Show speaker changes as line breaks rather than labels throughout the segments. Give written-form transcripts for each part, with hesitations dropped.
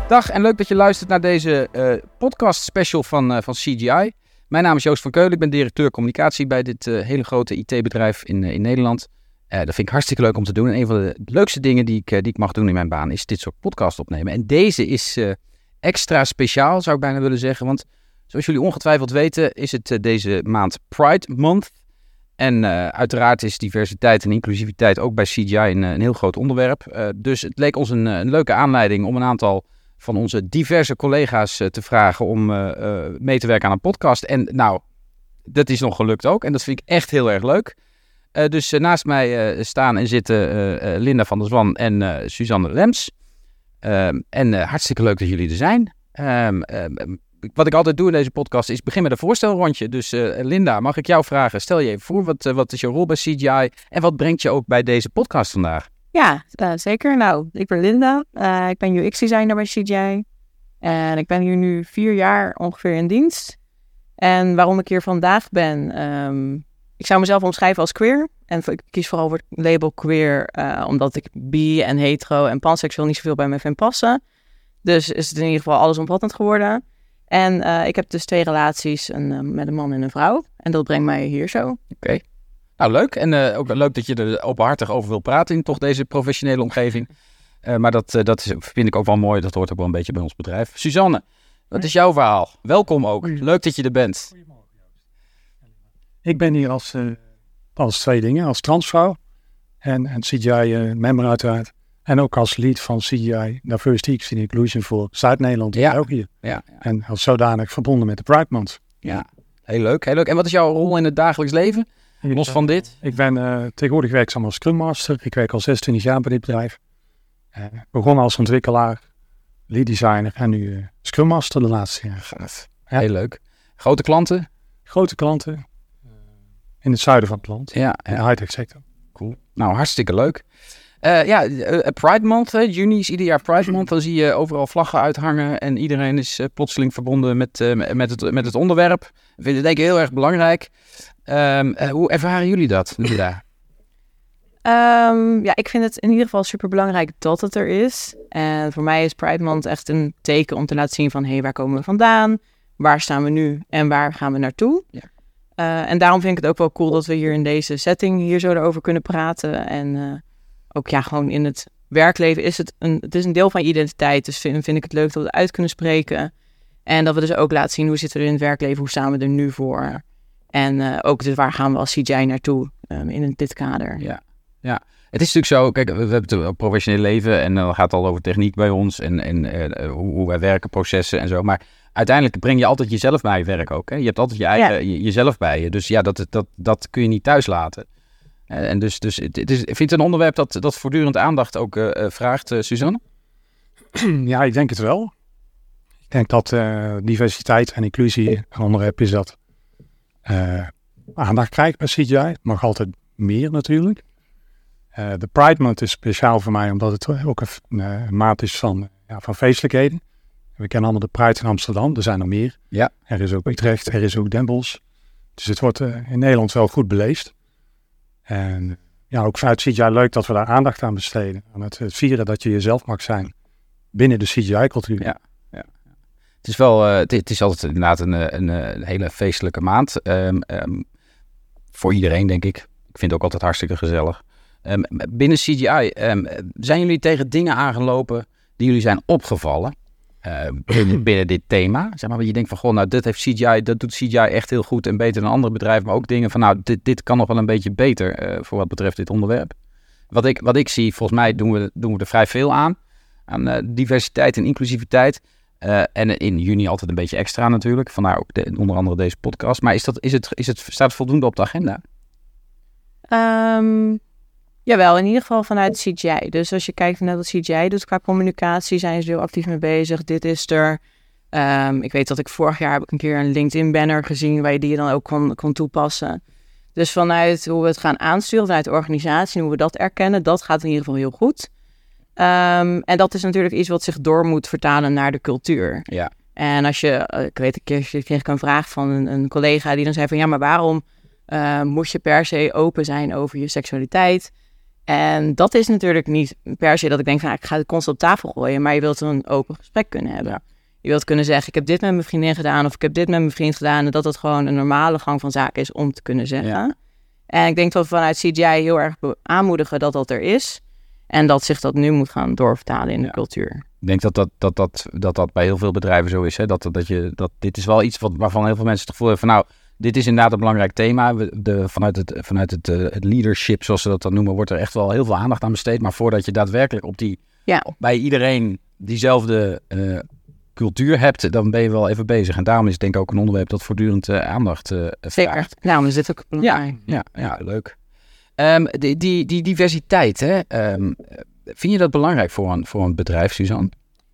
Dag en leuk dat je luistert naar deze podcast special van CGI. Mijn naam is Joost van Keulen, ik ben directeur communicatie bij dit hele grote IT-bedrijf in Nederland. Dat vind ik hartstikke leuk om te doen. En een van de leukste dingen die ik mag doen in mijn baan is dit soort podcast opnemen. En deze is extra speciaal, zou ik bijna willen zeggen. Want zoals jullie ongetwijfeld weten is het deze maand Pride Month. En uiteraard is diversiteit en inclusiviteit ook bij CGI een heel groot onderwerp. Dus het leek ons een leuke aanleiding om een aantal van onze diverse collega's te vragen om mee te werken aan een podcast. En nou, dat is nog gelukt ook. En dat vind ik echt heel erg leuk. Dus naast mij staan en zitten Linda van der Zwan en Suzanne Lems. En hartstikke leuk dat jullie er zijn. Wat ik altijd doe in deze podcast is begin met een voorstelrondje. Dus Linda, mag ik jou vragen? Stel je even voor, wat is je rol bij CGI? En wat brengt je ook bij deze podcast vandaag?
Ja, zeker. Nou, ik ben Linda. Ik ben UX-designer bij CGI. En ik ben hier nu 4 jaar ongeveer in dienst. En waarom ik hier vandaag ben... ik zou mezelf omschrijven als queer. En ik kies vooral voor het label queer... omdat ik bi en hetero en panseksueel niet zoveel bij me vind passen. Dus is het in ieder geval allesomvattend geworden. En ik heb dus 2 relaties, met een man en een vrouw. En dat brengt mij hier zo.
Oké. Nou, leuk. En ook leuk dat je er openhartig over wil praten in toch deze professionele omgeving. Maar dat vind ik ook wel mooi. Dat hoort ook wel een beetje bij ons bedrijf. Suzanne, wat is jouw verhaal? Welkom ook. Leuk dat je er bent.
Goedemorgen, Joost. Ik ben hier als 2 dingen. Als transvrouw en CGI-member uiteraard. En ook als lead van CGI Diversity and Inclusion voor Zuid-Nederland.
Ja.
Ook hier.
Ja.
En als zodanig verbonden met de Pride Month.
Ja, heel leuk. Heel leuk. En wat is jouw rol in het dagelijks leven? Los van dit?
Ik ben tegenwoordig werkzaam als Scrum Master. Ik werk al 26 jaar bij dit bedrijf. Begonnen als ontwikkelaar, lead designer en nu Scrum Master de laatste jaar.
Gaaf.
Ja.
Heel leuk. Grote klanten?
Grote klanten in het zuiden van het land.
Ja.
In de high-tech sector.
Cool. Nou, hartstikke leuk. Pride Month, juni is ieder jaar Pride Month. Dan zie je overal vlaggen uithangen en iedereen is plotseling verbonden met het onderwerp. Ik vind het denk ik heel erg belangrijk. Hoe ervaren jullie dat, Linda?
Ik vind het in ieder geval super belangrijk dat het er is. En voor mij is Pride Month echt een teken om te laten zien van... waar komen we vandaan? Waar staan we nu? En waar gaan we naartoe? Ja. En daarom vind ik het ook wel cool dat we hier in deze setting hier zo over kunnen praten. En ook gewoon in het werkleven is het een deel van je identiteit. Dus vind ik het leuk dat we het uit kunnen spreken. En dat we dus ook laten zien hoe zitten we in het werkleven, hoe staan we er nu voor. En ook dus waar gaan we als CGI naartoe in dit kader.
Ja. Het is natuurlijk zo, kijk, we hebben het professioneel leven en dan gaat het al over techniek bij ons en hoe wij werken, processen en zo. Maar uiteindelijk breng je altijd jezelf bij je werk ook. Hè? Je hebt altijd je eigen jezelf bij je. Dus ja, dat kun je niet thuis laten. En dus ik vind het een onderwerp dat voortdurend aandacht ook vraagt, Suzanne?
Ja, ik denk het wel. Ik denk dat diversiteit en inclusie een onderwerp is dat aandacht krijgt bij CGI. Mag altijd meer natuurlijk. De Pride Month is speciaal voor mij omdat het ook een maand is van feestelijkheden. We kennen allemaal de Pride in Amsterdam, er zijn er meer.
Ja.
Er is ook Utrecht, er is ook Den Bosch. Dus het wordt in Nederland wel goed beleefd. En ook vanuit CGI leuk dat we daar aandacht aan besteden. Aan het vieren dat je jezelf mag zijn binnen de CGI-cultuur.
Ja. Het is wel, het is altijd inderdaad een hele feestelijke maand. Voor iedereen, denk ik. Ik vind het ook altijd hartstikke gezellig. Binnen CGI, zijn jullie tegen dingen aangelopen die jullie zijn opgevallen binnen dit thema? Zeg maar, je denkt van, dat doet CGI echt heel goed en beter dan andere bedrijven. Maar ook dingen van, dit kan nog wel een beetje beter voor wat betreft dit onderwerp. Wat ik zie, volgens mij doen we er vrij veel aan diversiteit en inclusiviteit. En in juni altijd een beetje extra natuurlijk. Vandaar ook onder andere deze podcast. Maar staat het voldoende op de agenda?
Jawel, in ieder geval vanuit CGI. Dus als je kijkt naar wat CGI doet qua communicatie, zijn ze heel actief mee bezig. Dit is er. Ik weet dat vorig jaar heb ik een keer een LinkedIn-banner gezien waar je die dan ook kon toepassen. Dus vanuit hoe we het gaan aansturen, vanuit de organisatie en hoe we dat erkennen, dat gaat in ieder geval heel goed. En dat is natuurlijk iets wat zich door moet vertalen naar de cultuur.
Ja.
En als ik kreeg een vraag van een collega die dan zei van, ja, maar waarom moet je per se open zijn over je seksualiteit? En dat is natuurlijk niet per se dat ik denk van ik ga het constant op tafel gooien, maar je wilt een open gesprek kunnen hebben. Ja. Je wilt kunnen zeggen, ik heb dit met mijn vriendin gedaan of ik heb dit met mijn vriend gedaan en dat het gewoon een normale gang van zaken is om te kunnen zeggen. Ja. En ik denk dat we vanuit CGI heel erg aanmoedigen dat er is en dat zich dat nu moet gaan doorvertalen in de cultuur.
Ik denk dat bij heel veel bedrijven zo is. Hè? Dat dit is wel iets waarvan heel veel mensen het gevoel hebben van dit is inderdaad een belangrijk thema. Vanuit het leadership, zoals ze dat dan noemen, wordt er echt wel heel veel aandacht aan besteed. Maar voordat je daadwerkelijk bij iedereen diezelfde cultuur hebt, dan ben je wel even bezig. En daarom is het denk ik ook een onderwerp dat voortdurend aandacht vraagt.
Zeker. Daarom is dit ook belangrijk.
Ja, leuk. Die diversiteit, hè? Vind je dat belangrijk voor een bedrijf, Suzanne?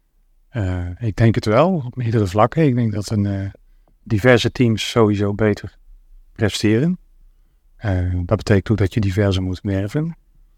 Ik denk het wel, op meerdere vlakken. Ik denk dat diverse teams sowieso beter presteren. Dat betekent ook dat je diverse moet werven.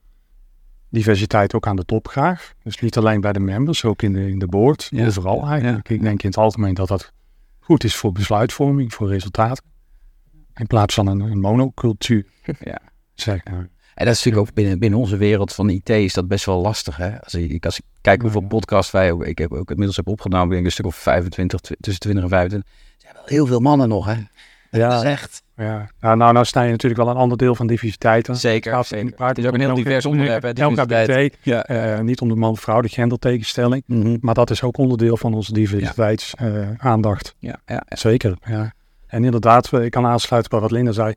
Diversiteit ook aan de top graag. Dus niet alleen bij de members, ook in de board. Ja. Overal eigenlijk. Ja. Ik denk in het algemeen dat goed is voor besluitvorming, voor resultaten. In plaats van een monocultuur.
Ja.
Zeg.
En dat is natuurlijk ook binnen onze wereld van IT is dat best wel lastig. Hè? Als ik kijk hoeveel podcasts ik heb ook inmiddels heb opgenomen, ben ik een stuk of 25, tussen 20 en 25. Er zijn wel heel veel mannen nog, hè?
Ja,
dat is echt.
Ja. Nou sta je natuurlijk wel een ander deel van diversiteit.
Zeker. Het is ook een heel divers onderwerp.
LGBT, niet om de man-vrouw, de gendertegenstelling. Mm-hmm. Maar dat is ook onderdeel van onze diversiteitsaandacht.
Ja.
Zeker, ja. En inderdaad, ik kan aansluiten bij wat Linda zei.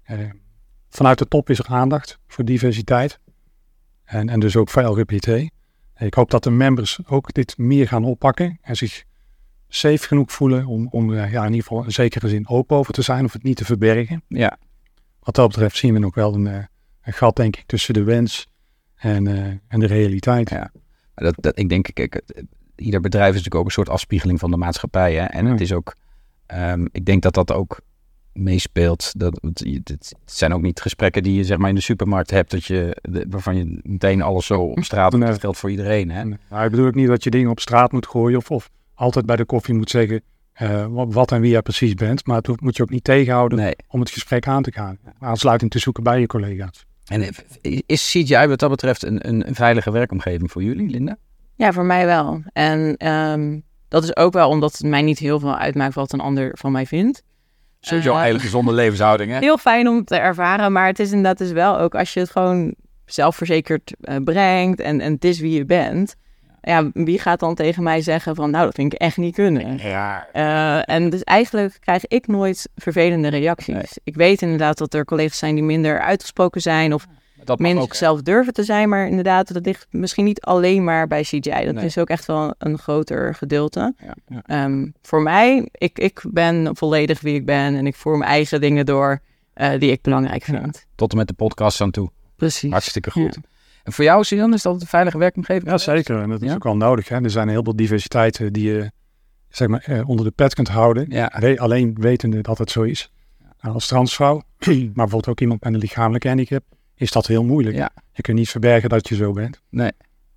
Vanuit de top is er aandacht voor diversiteit. En dus ook voor LGBT. Ik hoop dat de members ook dit meer gaan oppakken. En zich safe genoeg voelen om in ieder geval in zekere zin open over te zijn. Of het niet te verbergen.
Ja.
Wat dat betreft zien we nog wel een gat, denk ik, tussen de wens en de realiteit.
Ja. Ik denk, ieder bedrijf is natuurlijk ook een soort afspiegeling van de maatschappij. Hè? En het is ook, ik denk dat ook meespeelt. Het zijn ook niet gesprekken die je zeg maar in de supermarkt hebt, waarvan je meteen alles zo op straat doet. Dat geldt voor iedereen. Hè?
Nou, ik bedoel ook niet dat je dingen op straat moet gooien of altijd bij de koffie moet zeggen wat en wie je precies bent. Maar het moet je ook niet tegenhouden om het gesprek aan te gaan. Aansluiting te zoeken bij je collega's.
En is CGI wat dat betreft een veilige werkomgeving voor jullie, Linda?
Ja, voor mij wel. En dat is ook wel omdat het mij niet heel veel uitmaakt wat een ander van mij vindt.
Sowieso een hele gezonde levenshouding, hè?
Heel fijn om te ervaren, maar het is inderdaad dus wel ook als je het gewoon zelfverzekerd brengt en het is wie je bent. Ja, wie gaat dan tegen mij zeggen van dat vind ik echt niet kunnen.
Ja.
En dus eigenlijk krijg ik nooit vervelende reacties. Nee. Ik weet inderdaad dat er collega's zijn die minder uitgesproken zijn of minder zichzelf durven te zijn. Maar inderdaad, dat ligt misschien niet alleen maar bij CGI. Dat is ook echt wel een groter gedeelte. Ja. Voor mij, ik ben volledig wie ik ben en ik voer mijn eigen dingen door die ik belangrijk vind.
Ja. Tot en met de podcast aan toe.
Precies.
Hartstikke goed. Ja. En voor jou, Suzanne, is dat een veilige werkomgeving?
Ja, zeker. En dat is ook wel nodig. Hè? Er zijn heel veel diversiteiten die je onder de pet kunt houden. Ja. Alleen wetende dat het zo is. Nou, als transvrouw, maar bijvoorbeeld ook iemand met een lichamelijke handicap, is dat heel moeilijk. Ja. Je kunt niet verbergen dat je zo bent.
Nee.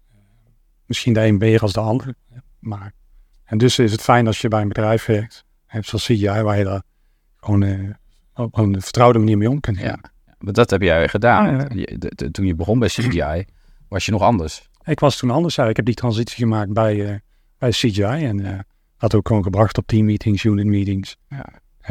Misschien de een beter als de ander. Maar, en dus is het fijn als je bij een bedrijf werkt, zoals CGI, waar je daar gewoon op een vertrouwde manier mee om kunt gaan.
Ja. Maar dat heb jij gedaan. Toen je begon bij CGI, was je nog anders.
Ik was toen anders. Ja. Ik heb die transitie gemaakt bij CGI. En had ook gewoon gebracht op teammeetings, unit meetings. Ja.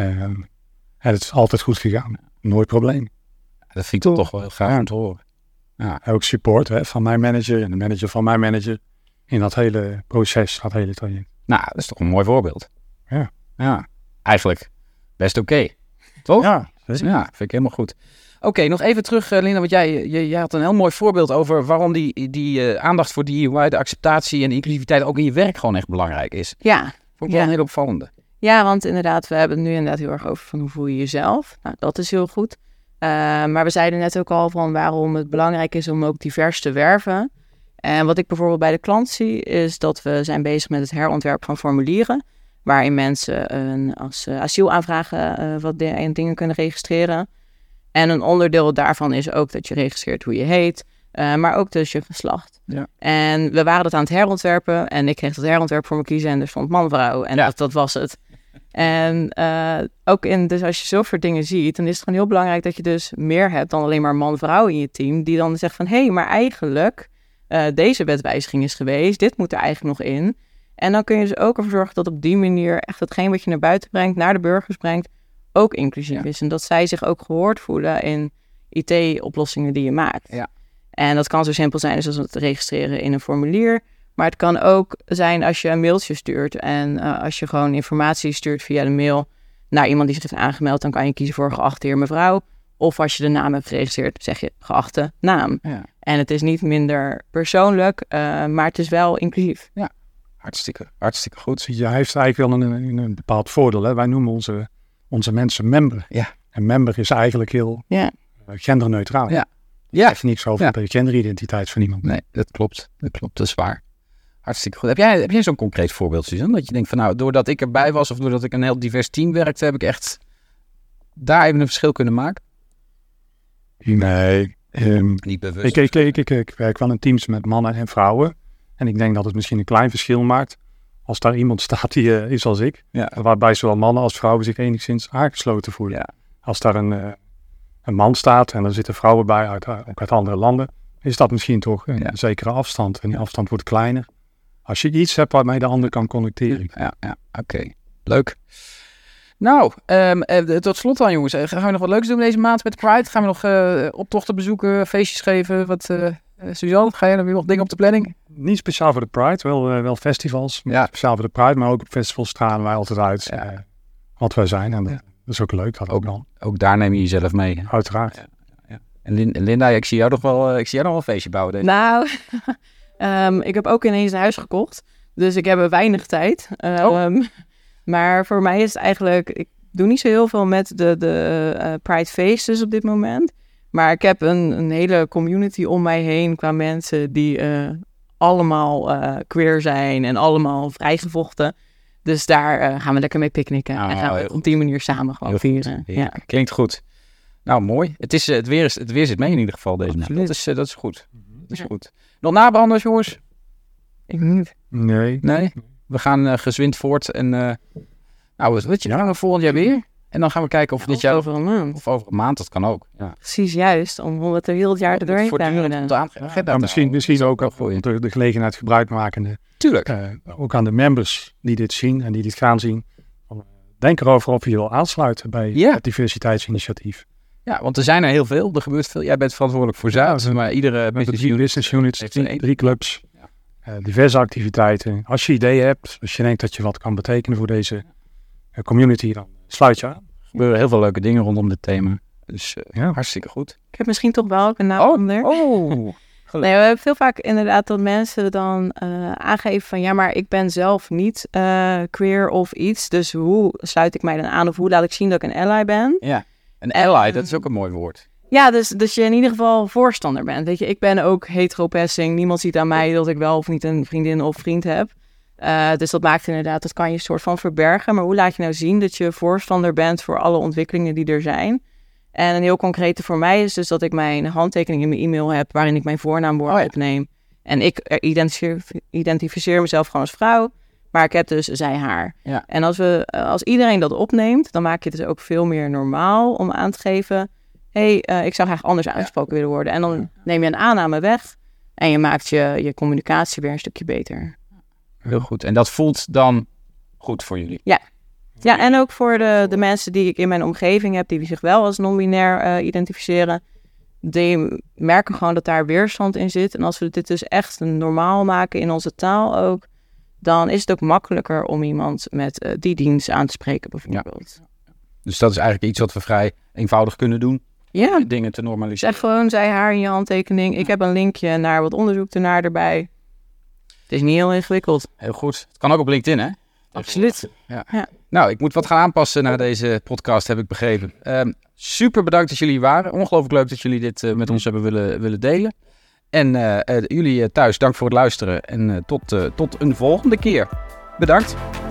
En het is altijd goed gegaan. Nooit probleem.
Dat vind ik toch wel heel gaaf om te horen.
Ja. Ook support van mijn manager en de manager van mijn manager. In dat hele proces, dat hele traject.
Nou, dat is toch een mooi voorbeeld.
Ja.
Eigenlijk best oké. Toch?
Ja,
vind ik helemaal goed. Oké, nog even terug, Linda, want jij had een heel mooi voorbeeld over waarom die aandacht voor DEI, de acceptatie en de inclusiviteit ook in je werk gewoon echt belangrijk is.
Ja.
Vond ik wel een heel opvallende.
Ja, want inderdaad, we hebben het nu inderdaad heel erg over van hoe voel je jezelf. Nou, dat is heel goed. Maar we zeiden net ook al van waarom het belangrijk is om ook divers te werven. En wat ik bijvoorbeeld bij de klant zie, is dat we zijn bezig met het herontwerpen van formulieren. Waarin mensen als asielaanvragen wat dingen kunnen registreren. En een onderdeel daarvan is ook dat je registreert hoe je heet, maar ook dus je geslacht.
Ja.
En we waren dat aan het herontwerpen en ik kreeg dat herontwerp voor me kiezen en er stond man-vrouw. En dat was het. En ook dus als je zoveel dingen ziet, dan is het gewoon heel belangrijk dat je dus meer hebt dan alleen maar man-vrouw in je team. Die dan zegt van, hé, maar eigenlijk deze wetwijziging is geweest. Dit moet er eigenlijk nog in. En dan kun je dus ook ervoor zorgen dat op die manier echt hetgeen wat je naar buiten brengt, naar de burgers brengt, ook inclusief is. En dat zij zich ook gehoord voelen in IT-oplossingen die je maakt. Ja. En dat kan zo simpel zijn als het registreren in een formulier. Maar het kan ook zijn als je een mailtje stuurt. En als je gewoon informatie stuurt via de mail naar iemand die zich heeft aangemeld, dan kan je kiezen voor geachte heer mevrouw. Of als je de naam hebt geregistreerd, zeg je geachte naam. Ja. En het is niet minder persoonlijk, maar het is wel inclusief.
Ja, hartstikke goed.
Hij heeft eigenlijk wel een bepaald voordeel. Hè? Wij noemen onze mensen member. Ja. En member is eigenlijk heel genderneutraal. Ja. Ja. Het heeft niks over de genderidentiteit van iemand.
Nee, dat klopt. Dat is waar. Hartstikke goed. Heb jij zo'n concreet voorbeeld, Suzanne? Dat je denkt van, nou, doordat ik erbij was of doordat ik een heel divers team werkte, heb ik echt daar even een verschil kunnen maken?
Nee.
Niet bewust.
Ik werk wel in teams met mannen en vrouwen. En ik denk dat het misschien een klein verschil maakt als daar iemand staat die is als ik. Ja. Waarbij zowel mannen als vrouwen zich enigszins aangesloten voelen. Ja. Als daar een man staat en er zitten vrouwen bij uit andere landen, is dat misschien toch een zekere afstand. En die afstand wordt kleiner. Als je iets hebt waarmee de ander kan connecteren.
Ja. Oké. Leuk. Nou, tot slot dan, jongens. Gaan we nog wat leuks doen deze maand met Pride? Gaan we nog optochten bezoeken, feestjes geven? Suzanne, ga jij er weer nog dingen op de planning?
Niet speciaal voor de Pride, wel festivals. Ja. Speciaal voor de Pride, maar ook op festivals stralen wij altijd uit wat wij zijn. En dat is ook leuk.
Ook daar neem je jezelf mee.
Uiteraard.
Ja. En Linda, ik zie jou nog wel een feestje bouwen deze.
Nou, ik heb ook ineens een huis gekocht. Dus ik heb weinig tijd. Maar voor mij is het eigenlijk, ik doe niet zo heel veel met de Pride feestjes op dit moment. Maar ik heb een hele community om mij heen qua mensen die allemaal queer zijn en allemaal vrijgevochten. Dus daar gaan we lekker mee picknicken en gaan we op die manier samen gewoon vieren. Ja.
Klinkt goed. Nou, mooi. Het weer zit mee in ieder geval deze maand. Dat is goed. Dat is goed. Nog nabranders, jongens?
Ik niet.
Nee.
We gaan gezwind voort en wat je nou volgend jaar weer? En dan gaan we kijken of dit jaar
over een maand.
Of over een maand, dat kan ook. Ja.
Precies, juist. Om het er heel het jaar doorheen te
brengen. Misschien ook de gelegenheid gebruik makende.
Tuurlijk.
Ook aan de members die dit zien en die dit gaan zien. Denk erover of je wil aansluiten bij het diversiteitsinitiatief.
Ja, want er zijn er heel veel. Er gebeurt veel. Jij bent verantwoordelijk voor Zuid. Maar iedere
business units, 3 clubs. Diverse activiteiten. Als je ideeën hebt, als je denkt dat je wat kan betekenen voor deze community, dan sluit je aan.
Er gebeuren heel veel leuke dingen rondom dit thema. Dus hartstikke goed.
Ik heb misschien toch wel ook een nabrander. Nee, we hebben veel vaak inderdaad dat mensen dan aangeven van, ja, maar ik ben zelf niet queer of iets. Dus hoe sluit ik mij dan aan of hoe laat ik zien dat ik een ally ben?
Ja, een ally, dat is ook een mooi woord.
Ja, dus je in ieder geval voorstander bent. Weet je, ik ben ook hetero-passing. Niemand ziet aan mij dat ik wel of niet een vriendin of vriend heb. Dus dat maakt inderdaad, dat kan je soort van verbergen. Maar hoe laat je nou zien dat je voorstander bent voor alle ontwikkelingen die er zijn? En een heel concrete voor mij is dus dat ik mijn handtekening in mijn e-mail heb waarin ik mijn voornaamwoord opneem. En ik identificeer mezelf gewoon als vrouw, maar ik heb dus zij, haar. Ja. En als iedereen dat opneemt, dan maak je het dus ook veel meer normaal om aan te geven, ik zou graag anders aangesproken willen worden. En dan neem je een aanname weg en je maakt je communicatie weer een stukje beter.
Heel goed. En dat voelt dan goed voor jullie?
Ja, en ook voor de mensen die ik in mijn omgeving heb, die zich wel als non-binair identificeren. Die merken gewoon dat daar weerstand in zit. En als we dit dus echt normaal maken in onze taal ook, dan is het ook makkelijker om iemand met die dienst aan te spreken bijvoorbeeld.
Ja. Dus dat is eigenlijk iets wat we vrij eenvoudig kunnen doen.
Ja.
Dingen te normaliseren.
Zeg gewoon zij, haar in je handtekening. Ik heb een linkje naar wat onderzoek ernaar erbij. Het is niet heel ingewikkeld.
Heel goed. Het kan ook op LinkedIn, hè?
Absoluut.
Ja. Nou, ik moet wat gaan aanpassen naar deze podcast, heb ik begrepen. Super bedankt dat jullie hier waren. Ongelooflijk leuk dat jullie dit met ons hebben willen delen. En jullie thuis, dank voor het luisteren. En tot een volgende keer. Bedankt.